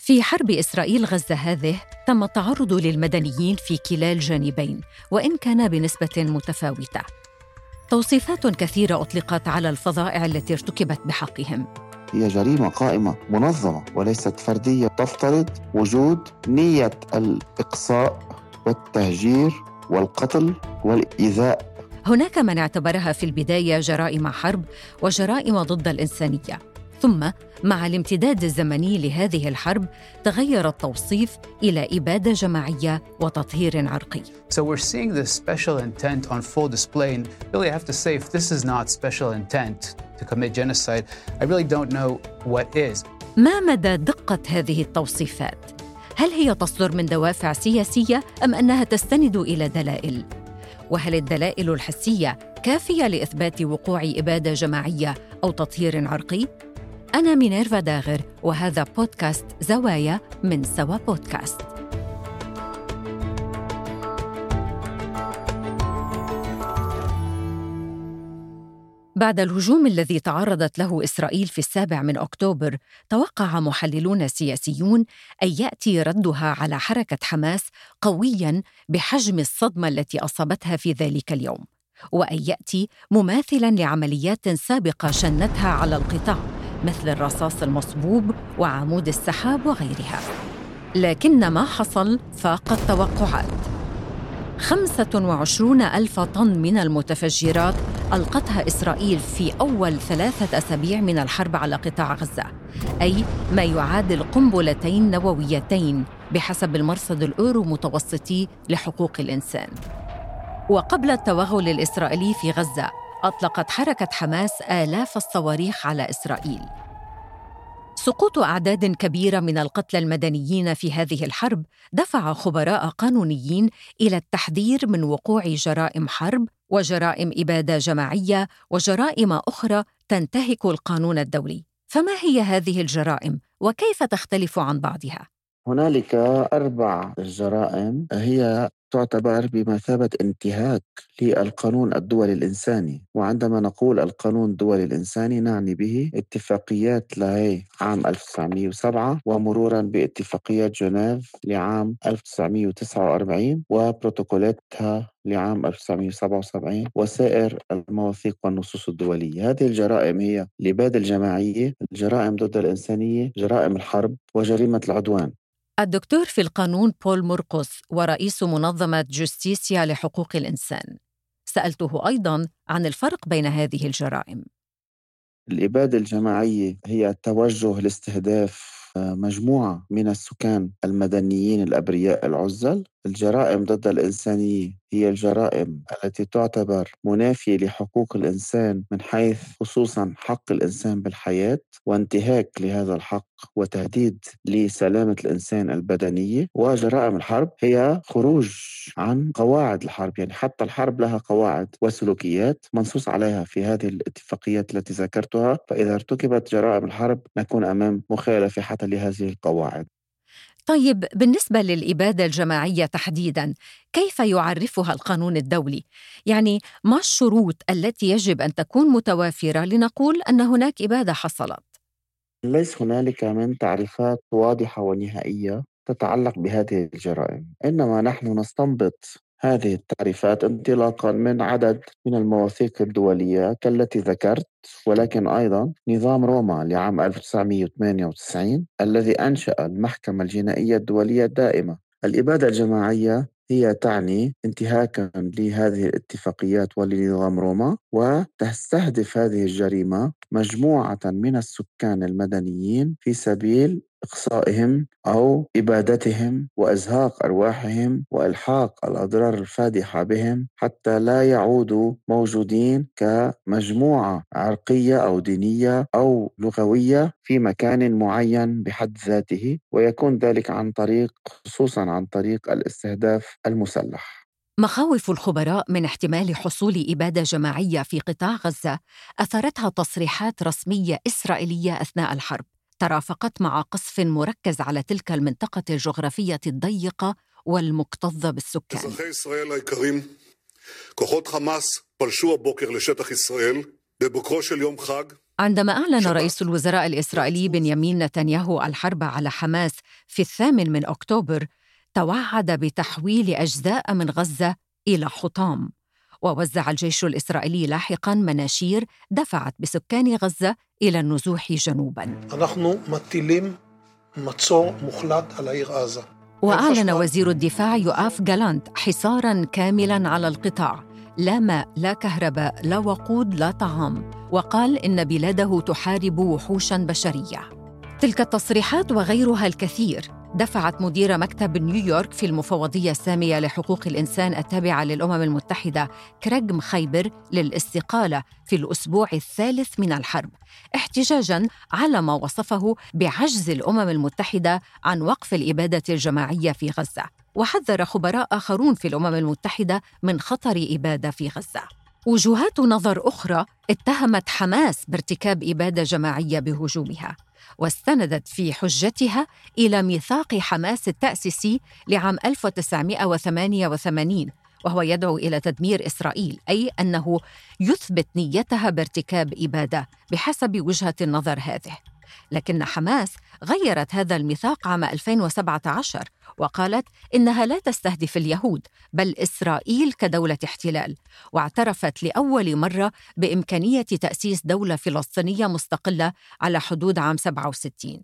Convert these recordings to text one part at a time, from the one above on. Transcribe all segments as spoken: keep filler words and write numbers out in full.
في حرب إسرائيل غزة هذه تم التعرض للمدنيين في كلا الجانبين، وإن كان بنسبة متفاوتة. توصيفات كثيرة أطلقت على الفظائع التي ارتكبت بحقهم. هي جريمة قائمة منظمة وليست فردية، تفترض وجود نية الإقصاء والتهجير والقتل والإيذاء. هناك من اعتبرها في البداية جرائم حرب وجرائم ضد الإنسانية، ثم مع الامتداد الزمني لهذه الحرب تغير التوصيف إلى إبادة جماعية وتطهير عرقي. So we're seeing this special intent on full display, and really I have to say, if this is not special intent to commit genocide, I really don't know what is. ما مدى دقة هذه التوصيفات؟ هل هي تصدر من دوافع سياسية أم أنها تستند إلى دلائل؟ وهل الدلائل الحسية كافية لإثبات وقوع إبادة جماعية أو تطهير عرقي؟ أنا مينيرفا داغر، وهذا بودكاست زوايا من سوا بودكاست. بعد الهجوم الذي تعرضت له إسرائيل في السابع من أكتوبر، توقع محللون سياسيون أن يأتي ردها على حركة حماس قوياً بحجم الصدمة التي أصابتها في ذلك اليوم، وأن يأتي مماثلاً لعمليات سابقة شنتها على القطاع مثل الرصاص المصبوب وعمود السحاب وغيرها. لكن ما حصل فاق التوقعات. خمسة وعشرون ألف طن من المتفجرات ألقتها إسرائيل في أول ثلاثة أسابيع من الحرب على قطاع غزة، أي ما يعادل قنبلتين نوويتين بحسب المرصد الأورو متوسطي لحقوق الإنسان. وقبل التوغل الإسرائيلي في غزة، أطلقت حركة حماس آلاف الصواريخ على إسرائيل. سقوط أعداد كبيرة من القتلى المدنيين في هذه الحرب دفع خبراء قانونيين إلى التحذير من وقوع جرائم حرب وجرائم إبادة جماعية وجرائم أخرى تنتهك القانون الدولي. فما هي هذه الجرائم وكيف تختلف عن بعضها؟ هنالك أربع جرائم هي تعتبر بمثابة انتهاك للقانون الدولي الإنساني. وعندما نقول القانون الدولي الإنساني نعني به اتفاقيات لاهاي عام ألف وتسعمائة وسبعة، ومرورا باتفاقيات جنيف لعام ألف وتسعمائة وتسعة وأربعين وبروتوكولاتها لعام ألف وتسعمائة وسبعة وسبعين وسائر المواثيق والنصوص الدولية. هذه الجرائم هي الإبادة الجماعية، الجرائم ضد الإنسانية، جرائم الحرب، وجريمة العدوان. الدكتور في القانون بول مرقس ورئيس منظمة جوستيسيا لحقوق الإنسان، سألته أيضاً عن الفرق بين هذه الجرائم. الإبادة الجماعية هي التوجه لاستهداف مجموعة من السكان المدنيين الأبرياء العزل. الجرائم ضد الإنسانية هي الجرائم التي تعتبر منافية لحقوق الإنسان من حيث خصوصاً حق الإنسان بالحياة وانتهاك لهذا الحق وتهديد لسلامة الإنسان البدنية. وجرائم الحرب هي خروج عن قواعد الحرب، يعني حتى الحرب لها قواعد وسلوكيات منصوص عليها في هذه الاتفاقيات التي ذكرتها، فإذا ارتكبت جرائم الحرب نكون أمام مخالفة حتى لهذه القواعد. طيب، بالنسبة للإبادة الجماعية تحديداً، كيف يعرفها القانون الدولي؟ يعني ما الشروط التي يجب أن تكون متوافرة لنقول أن هناك إبادة حصلت؟ ليس هنالك من تعريفات واضحة ونهائية تتعلق بهذه الجرائم، إنما نحن نستنبط هذه التعريفات انطلاقا من عدد من المواثيق الدولية كالتي ذكرت، ولكن أيضا نظام روما لعام ألف وتسعمائة وثمانية وتسعين الذي أنشأ المحكمة الجنائية الدولية الدائمة. الإبادة الجماعية هي تعني انتهاكا لهذه الاتفاقيات ولنظام روما، وتستهدف هذه الجريمة مجموعة من السكان المدنيين في سبيل إقصائهم أو إبادتهم وإزهاق أرواحهم وإلحاق الأضرار الفادحة بهم حتى لا يعودوا موجودين كمجموعة عرقية أو دينية أو لغوية في مكان معين بحد ذاته، ويكون ذلك عن طريق خصوصا عن طريق الاستهداف المسلح. مخاوف الخبراء من احتمال حصول إبادة جماعية في قطاع غزة أثارتها تصريحات رسمية إسرائيلية أثناء الحرب ترافقت مع قصف مركز على تلك المنطقة الجغرافية الضيقة والمكتظة بالسكان. אזרחי ישראל היקרים, כוחות חמאס פלשו הבוקר לשטח ישראל בבוקרו של יום חג. عندما أعلن رئيس الوزراء الإسرائيلي بنيامين نتنياهو الحرب على حماس في الثامن من أكتوبر، توعد بتحويل أجزاء من غزة إلى حطام، ووزع الجيش الإسرائيلي لاحقاً مناشير دفعت بسكان غزة إلى النزوح جنوباً. وأعلن وزير الدفاع يؤاف جالانت حصاراً كاملاً على القطاع، لا ماء لا كهرباء لا وقود لا طعام، وقال إن بلاده تحارب وحوشاً بشرية. تلك التصريحات وغيرها الكثير دفعت مدير مكتب نيويورك في المفوضية السامية لحقوق الإنسان التابعة للأمم المتحدة كريغ مخيبر للاستقالة في الأسبوع الثالث من الحرب، احتجاجاً على ما وصفه بعجز الأمم المتحدة عن وقف الإبادة الجماعية في غزة. وحذر خبراء آخرون في الأمم المتحدة من خطر إبادة في غزة. وجهات نظر أخرى اتهمت حماس بارتكاب إبادة جماعية بهجومها، واستندت في حجتها إلى ميثاق حماس التأسيسي لعام ألف وتسعمائة وثمانية وثمانين، وهو يدعو إلى تدمير إسرائيل، أي أنه يثبت نيتها بارتكاب إبادة بحسب وجهة النظر هذه. لكن حماس غيرت هذا الميثاق عام ألفين وسبعة عشر وقالت إنها لا تستهدف اليهود بل إسرائيل كدولة احتلال، واعترفت لأول مرة بإمكانية تأسيس دولة فلسطينية مستقلة على حدود عام سبعة وستين.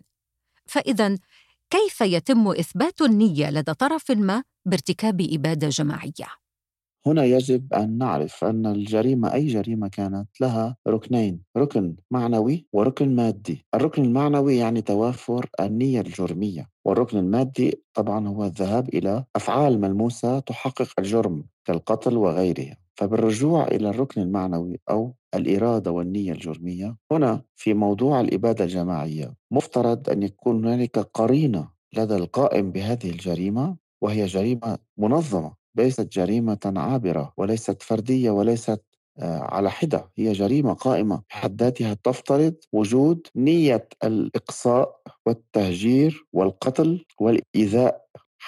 فإذن كيف يتم إثبات النية لدى طرف ما بارتكاب إبادة جماعية؟ هنا يجب أن نعرف أن الجريمة أي جريمة كانت لها ركنين، ركن معنوي وركن مادي. الركن المعنوي يعني توافر النية الجرمية، والركن المادي طبعا هو الذهاب إلى أفعال ملموسة تحقق الجرم كالقتل وغيره. فبالرجوع إلى الركن المعنوي أو الإرادة والنية الجرمية، هنا في موضوع الإبادة الجماعية مفترض أن يكون هناك قرينة لدى القائم بهذه الجريمة، وهي جريمة منظمة، ليست جريمة عابرة وليست فردية وليست على حدة، هي جريمة قائمة بحد ذاتها تفترض وجود نية الإقصاء والتهجير والقتل والإيذاء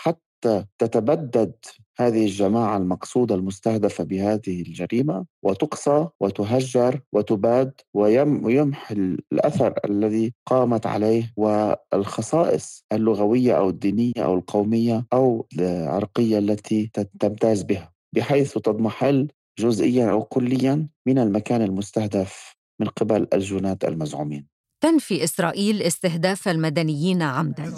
حتى تتبدد هذه الجماعة المقصودة المستهدفة بهذه الجريمة وتقصى وتهجر وتباد ويمحي الأثر الذي قامت عليه والخصائص اللغوية أو الدينية أو القومية أو العرقية التي تمتاز بها، بحيث تضمحل جزئياً أو كلياً من المكان المستهدف من قبل الجنات المزعومين. تنفي إسرائيل استهداف المدنيين عمداً.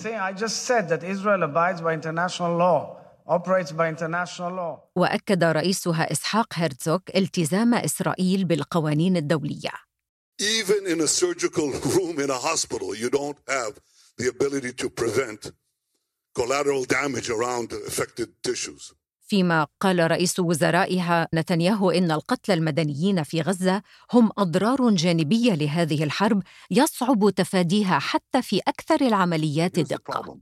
وأكد رئيسها إسحاق هيرتزوغ التزام إسرائيل بالقوانين الدولية. Even in a surgical room in a hospital, you don't have the ability to prevent collateral damage around the affected tissues. فيما قال رئيس وزرائها نتنياهو إن القتلى المدنيين في غزة هم أضرار جانبية لهذه الحرب يصعب تفاديها حتى في أكثر العمليات دقة.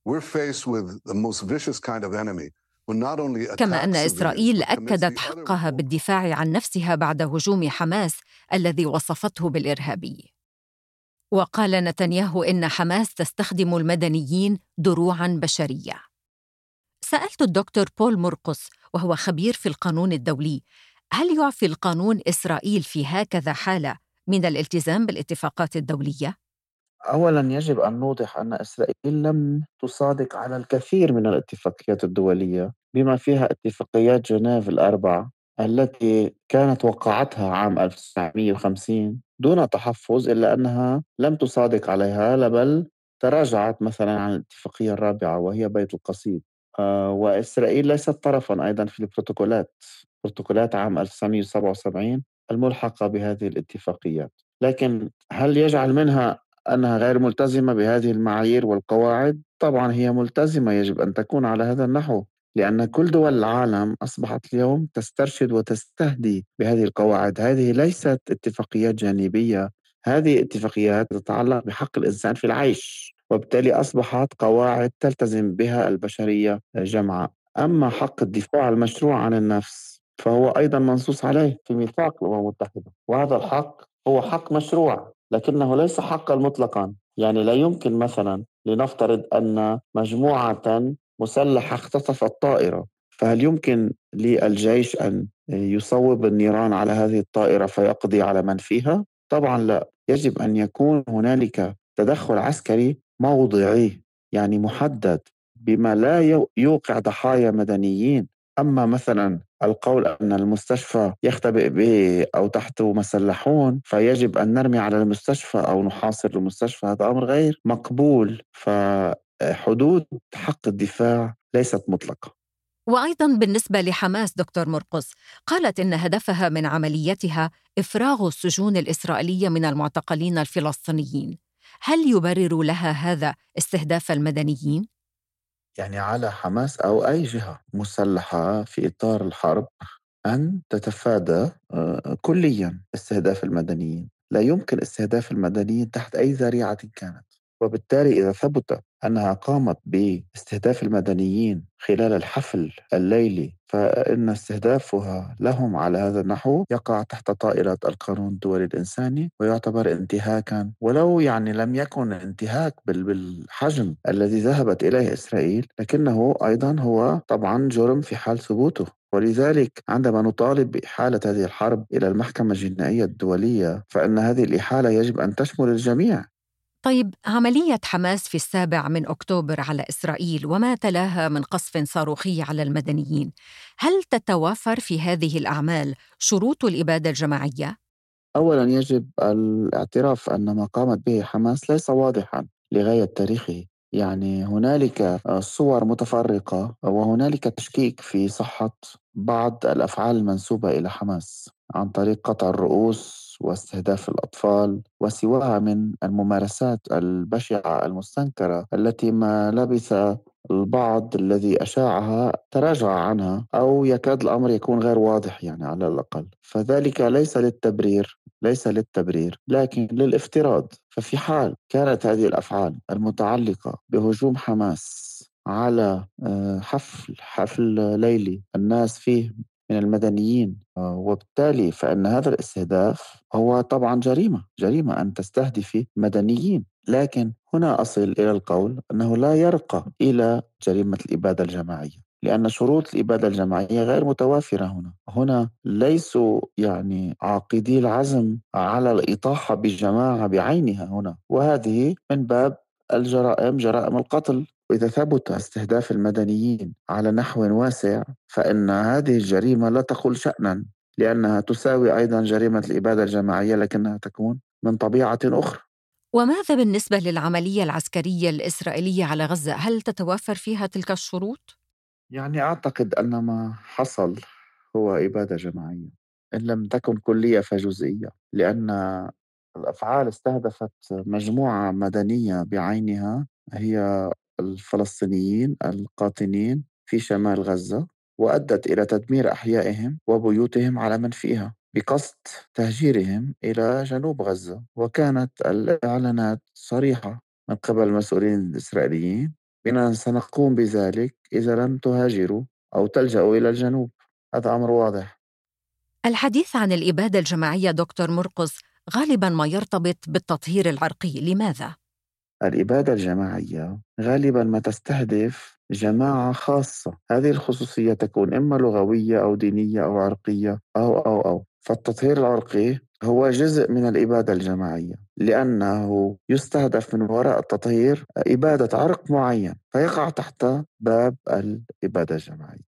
كما أن إسرائيل أكدت حقها بالدفاع عن نفسها بعد هجوم حماس الذي وصفته بالإرهابي. وقال نتنياهو إن حماس تستخدم المدنيين دروعاً بشرية. سألت الدكتور بول مرقس وهو خبير في القانون الدولي، هل يعفي القانون إسرائيل في هكذا حالة من الالتزام بالاتفاقات الدولية؟ أولاً يجب أن نوضح أن إسرائيل لم تصادق على الكثير من الاتفاقيات الدولية بما فيها اتفاقيات جنيف الأربعة التي كانت وقعتها عام ألف وتسعمائة وخمسين دون تحفظ، إلا أنها لم تصادق عليها بل تراجعت مثلاً عن الاتفاقية الرابعة وهي بيت القصيد. آه وإسرائيل ليست طرفاً أيضاً في البروتوكولات بروتوكولات عام ألف وتسعمائة وسبعة وسبعين الملحقة بهذه الاتفاقيات. لكن هل يجعل منها أنها غير ملتزمة بهذه المعايير والقواعد؟ طبعاً هي ملتزمة، يجب أن تكون على هذا النحو، لأن كل دول العالم أصبحت اليوم تسترشد وتستهدي بهذه القواعد. هذه ليست اتفاقيات جانبية، هذه اتفاقيات تتعلق بحق الإنسان في العيش، وبالتالي أصبحت قواعد تلتزم بها البشرية جمعاء. أما حق الدفاع المشروع عن النفس فهو أيضا منصوص عليه في ميثاق الأمم المتحدة، وهذا الحق هو حق مشروع لكنه ليس حقا مطلقا. يعني لا يمكن مثلا لنفترض أن مجموعة مسلحة اختطفت طائرة، فهل يمكن للجيش أن يصوب النيران على هذه الطائرة فيقضي على من فيها؟ طبعا لا. يجب أن يكون هنالك تدخل عسكري موضعي، يعني محدد، بما لا يوقع ضحايا مدنيين. أما مثلا القول أن المستشفى يختبئ به أو تحته مسلحون فيجب أن نرمي على المستشفى أو نحاصر المستشفى، هذا أمر غير مقبول. فحدود حق الدفاع ليست مطلقة. وأيضاً بالنسبة لحماس دكتور مرقس، قالت إن هدفها من عمليتها إفراغ السجون الإسرائيلية من المعتقلين الفلسطينيين. هل يبرر لها هذا استهداف المدنيين؟ يعني على حماس أو أي جهة مسلحة في إطار الحرب أن تتفادى كلياً استهداف المدنيين. لا يمكن استهداف المدنيين تحت أي ذريعة كانت، وبالتالي إذا ثبت أنها قامت باستهداف المدنيين خلال الحفل الليلي فإن استهدافها لهم على هذا النحو يقع تحت طائلة القانون الدولي الإنساني ويعتبر انتهاكا، ولو يعني لم يكن انتهاك بالحجم الذي ذهبت إليه إسرائيل، لكنه أيضا هو طبعا جرم في حال ثبوته. ولذلك عندما نطالب بإحالة هذه الحرب إلى المحكمة الجنائية الدولية فإن هذه الإحالة يجب أن تشمل الجميع. طيب، عملية حماس في السابع من أكتوبر على إسرائيل وما تلاها من قصف صاروخي على المدنيين، هل تتوافر في هذه الأعمال شروط الإبادة الجماعية؟ أولاً يجب الاعتراف أن ما قامت به حماس ليس واضحاً لغاية تاريخه. يعني هنالك صور متفرقة وهنالك تشكيك في صحة بعض الأفعال المنسوبة إلى حماس عن طريق قطع الرؤوس واستهداف الأطفال وسواها من الممارسات البشعة المستنكرة التي ما لبث البعض الذي أشاعها تراجع عنها أو يكاد الأمر يكون غير واضح يعني على الأقل. فذلك ليس للتبرير ليس للتبرير لكن للافتراض. ففي حال كانت هذه الأفعال المتعلقة بهجوم حماس على حفل حفل ليلي الناس فيه من المدنيين، وبالتالي فإن هذا الاستهداف هو طبعا جريمة جريمة أن تستهدف مدنيين. لكن هنا أصل إلى القول أنه لا يرقى إلى جريمة الإبادة الجماعية، لأن شروط الإبادة الجماعية غير متوافرة هنا. هنا ليسوا يعني عاقدي العزم على الإطاحة بجماعة بعينها هنا، وهذه من باب الجرائم جرائم القتل. وإذا ثبت استهداف المدنيين على نحو واسع فإن هذه الجريمة لا تقل شأنا، لأنها تساوي أيضا جريمة الإبادة الجماعية لكنها تكون من طبيعة أخرى. وماذا بالنسبة للعملية العسكرية الإسرائيلية على غزة؟ هل تتوفر فيها تلك الشروط؟ يعني أعتقد أن ما حصل هو إبادة جماعية، إن لم تكن كلية فجزئية، لأن الأفعال استهدفت مجموعة مدنية بعينها هي الفلسطينيين القاطنين في شمال غزة، وأدت إلى تدمير أحيائهم وبيوتهم على من فيها بقصد تهجيرهم إلى جنوب غزة. وكانت الإعلانات صريحة من قبل المسؤولين الإسرائيليين بأننا سنقوم بذلك إذا لم تهاجروا أو تلجأوا إلى الجنوب. هذا أمر واضح. الحديث عن الإبادة الجماعية دكتور مرقس غالباً ما يرتبط بالتطهير العرقي، لماذا؟ الإبادة الجماعية غالباً ما تستهدف جماعة خاصة، هذه الخصوصية تكون إما لغوية أو دينية أو عرقية أو أو أو فالتطهير العرقي هو جزء من الإبادة الجماعية، لأنه يستهدف من وراء التطهير إبادة عرق معين فيقع تحت باب الإبادة الجماعية.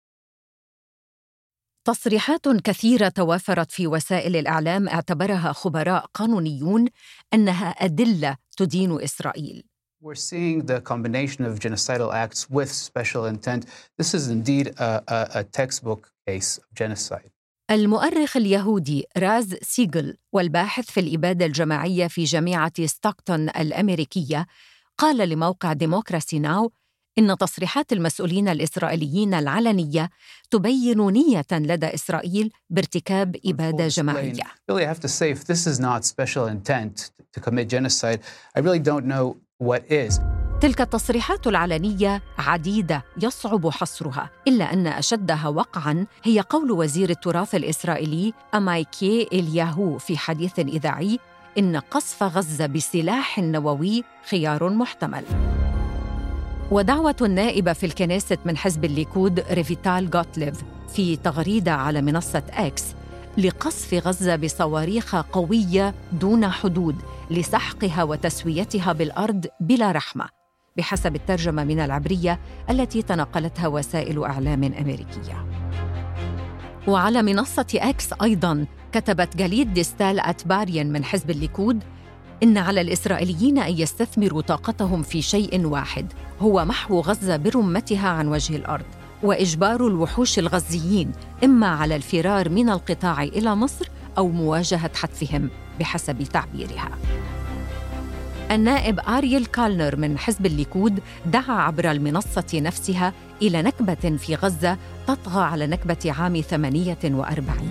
تصريحات كثيرة توافرت في وسائل الإعلام اعتبرها خبراء قانونيون أنها أدلة تدين إسرائيل. We're seeing the combination of genocidal acts with special intent. This is indeed a, a, a textbook case of genocide. المؤرخ اليهودي راز سيغل والباحث في الإبادة الجماعية في جامعة ستوكتون الأمريكية قال لموقع ديموكراسي ناو إن تصريحات المسؤولين الإسرائيليين العلنية تبين نية لدى إسرائيل بارتكاب إبادة جماعية. Really, I have to say, if this is not special intent to commit genocide, I really don't know what is. تلك التصريحات العلنية عديدة يصعب حصرها، إلا أن أشدها وقعاً هي قول وزير التراث الإسرائيلي أمايكي إلياهو في حديث إذاعي إن قصف غزة بسلاح نووي خيار محتمل. ودعوة النائبة في الكنيست من حزب الليكود ريفيتال غوتليف في تغريدة على منصة إكس لقصف غزة بصواريخ قوية دون حدود لسحقها وتسويتها بالأرض بلا رحمة، بحسب الترجمة من العبرية التي تناقلتها وسائل إعلام أمريكية. وعلى منصة إكس أيضاً كتبت جاليد ديستال أتباريان من حزب الليكود إن على الإسرائيليين أن يستثمروا طاقتهم في شيء واحد، هو محو غزة برمتها عن وجه الأرض وإجبار الوحوش الغزيين إما على الفرار من القطاع إلى مصر أو مواجهة حتفهم بحسب تعبيرها. النائب آرييل كالنر من حزب الليكود دعا عبر المنصة نفسها إلى نكبة في غزة تطغى على نكبة عام ثمانية وأربعين.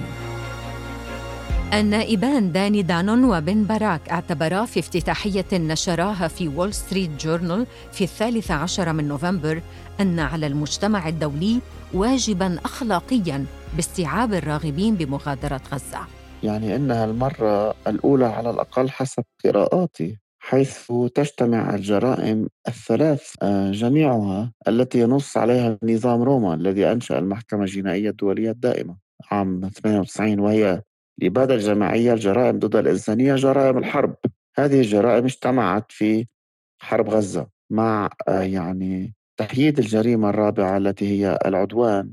النائبان داني دانون وبن باراك اعتبرا في افتتاحية نشراها في وول ستريت جورنال في الثالث عشر من نوفمبر أن على المجتمع الدولي واجباً أخلاقياً باستيعاب الراغبين بمغادرة غزة. يعني إنها المرة الأولى على الأقل حسب قراءاتي، حيث تجتمع الجرائم الثلاث جميعها التي ينص عليها نظام روما الذي أنشأ المحكمة الجنائية الدولية الدائمة عام ثمانية وتسعين، وهي الإبادة الجماعية، الجرائم ضد الإنسانية، جرائم الحرب. هذه الجرائم اجتمعت في حرب غزة مع يعني تحييد الجريمة الرابعة التي هي العدوان.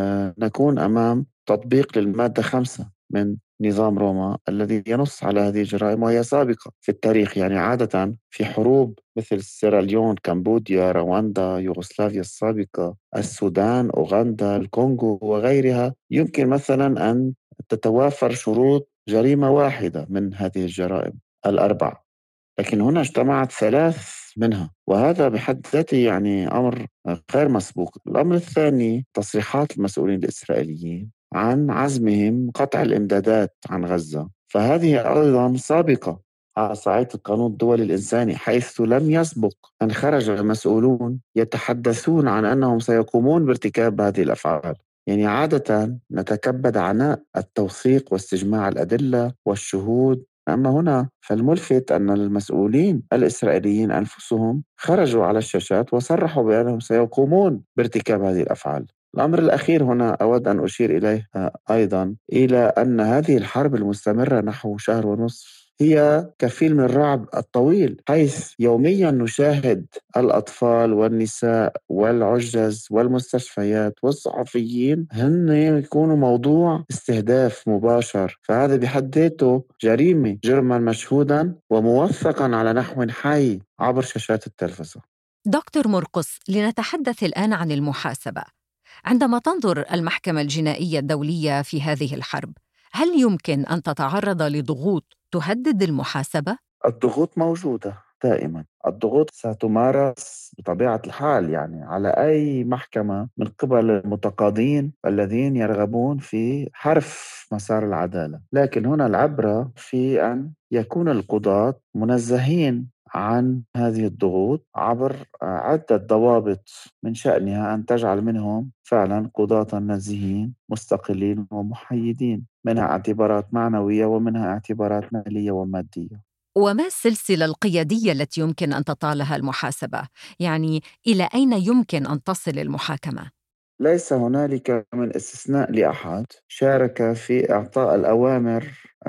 نكون أمام تطبيق للمادة خمسة من نظام روما الذي ينص على هذه الجرائم، وهي سابقة في التاريخ. يعني عادة في حروب مثل سيراليون، كمبوديا، رواندا، يوغوسلافيا السابقة، السودان، أوغندا، الكونغو وغيرها، يمكن مثلا أن تتوافر شروط جريمة واحدة من هذه الجرائم الأربع، لكن هنا اجتمعت ثلاث منها، وهذا بحد ذاته يعني أمر غير مسبوق. الأمر الثاني تصريحات المسؤولين الإسرائيليين عن عزمهم قطع الإمدادات عن غزة، فهذه أيضا سابقة على صعيد القانون الدولي الإنساني، حيث لم يسبق أن خرج المسؤولون يتحدثون عن أنهم سيقومون بارتكاب هذه الأفعال. يعني عادة نتكبد عناء التوثيق واستجماع الأدلة والشهود، أما هنا فالملفت أن المسؤولين الإسرائيليين أنفسهم خرجوا على الشاشات وصرحوا بأنهم سيقومون بارتكاب هذه الأفعال. الأمر الأخير هنا أود أن أشير إليه أيضا إلى أن هذه الحرب المستمرة نحو شهر ونصف هي كفيلم الرعب الطويل، حيث يوميا نشاهد الأطفال والنساء والعجز والمستشفيات والصحفيين هن يكونوا موضوع استهداف مباشر، فهذا بحد ذاته جريمة، جرما مشهودا وموثقا على نحو حي عبر شاشات التلفزة. دكتور مرقس، لنتحدث الآن عن المحاسبة. عندما تنظر المحكمة الجنائية الدولية في هذه الحرب، هل يمكن أن تتعرض لضغوط تهدد المحاسبة؟ الضغوط موجودة دائما، الضغوط ستمارس بطبيعة الحال يعني على أي محكمة من قبل المتقاضين الذين يرغبون في حرف مسار العدالة، لكن هنا العبرة في أن يكون القضاة منزهين عن هذه الضغوط عبر عدة ضوابط من شأنها أن تجعل منهم فعلا قضاة نزيهين مستقلين ومحايدين، منها اعتبارات معنوية ومنها اعتبارات مالية ومادية. وما السلسلة القيادية التي يمكن أن تطالها المحاسبة؟ يعني إلى أين يمكن أن تصل المحاكمة؟ ليس هنالك من استثناء لأحد شارك في إعطاء الأوامر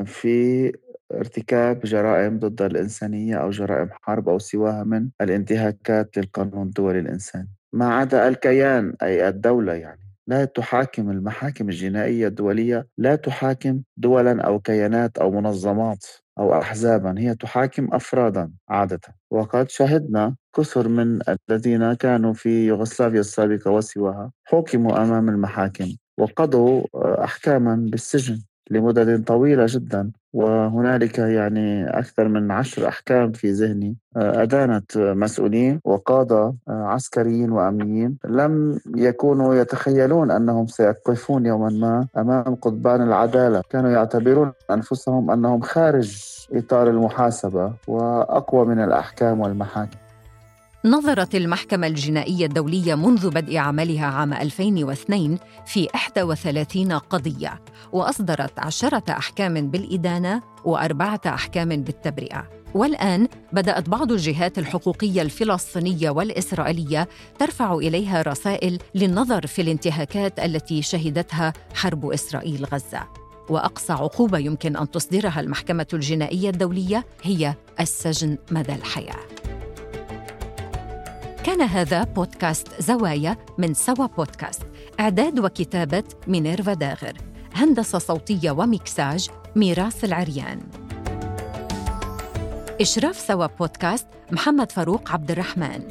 في ارتكاب جرائم ضد الإنسانية أو جرائم حرب أو سواها من الانتهاكات للقانون الدولي الإنساني، ما عدا الكيان أي الدولة. يعني لا تحاكم المحاكم الجنائية الدولية، لا تحاكم دولا أو كيانات أو منظمات أو أحزابا، هي تحاكم أفرادا عادة. وقد شهدنا كثر من الذين كانوا في يوغوسلافيا السابقة وسواها حكموا أمام المحاكم وقضوا أحكاما بالسجن لمدة طويلة جدا، وهنالك يعني أكثر من عشر أحكام في ذهني أدانت مسؤولين وقادة عسكريين وأمنيين لم يكونوا يتخيلون أنهم سيقفون يوما ما أمام قضبان العدالة، كانوا يعتبرون أنفسهم أنهم خارج إطار المحاسبة وأقوى من الأحكام والمحاكم. نظرت المحكمة الجنائية الدولية منذ بدء عملها عام ألفين واثنين في إحدى وثلاثين قضية، وأصدرت عشرة أحكام بالإدانة وأربعة أحكام بالتبرئة. والآن بدأت بعض الجهات الحقوقية الفلسطينية والإسرائيلية ترفع إليها رسائل للنظر في الانتهاكات التي شهدتها حرب إسرائيل غزة. وأقصى عقوبة يمكن أن تصدرها المحكمة الجنائية الدولية هي السجن مدى الحياة. كان هذا بودكاست زوايا من سوا بودكاست. إعداد وكتابة مينيرفا داغر، هندسة صوتية وميكساج ميراث العريان، إشراف سوا بودكاست محمد فاروق عبد الرحمن.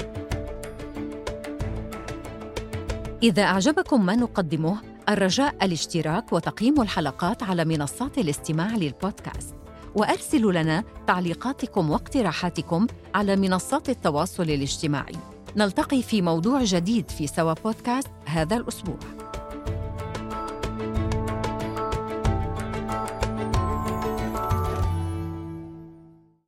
إذا أعجبكم ما نقدمه، الرجاء الاشتراك وتقييم الحلقات على منصات الاستماع للبودكاست، وأرسلوا لنا تعليقاتكم واقتراحاتكم على منصات التواصل الاجتماعي. نلتقي في موضوع جديد في سوا بودكاست هذا الأسبوع.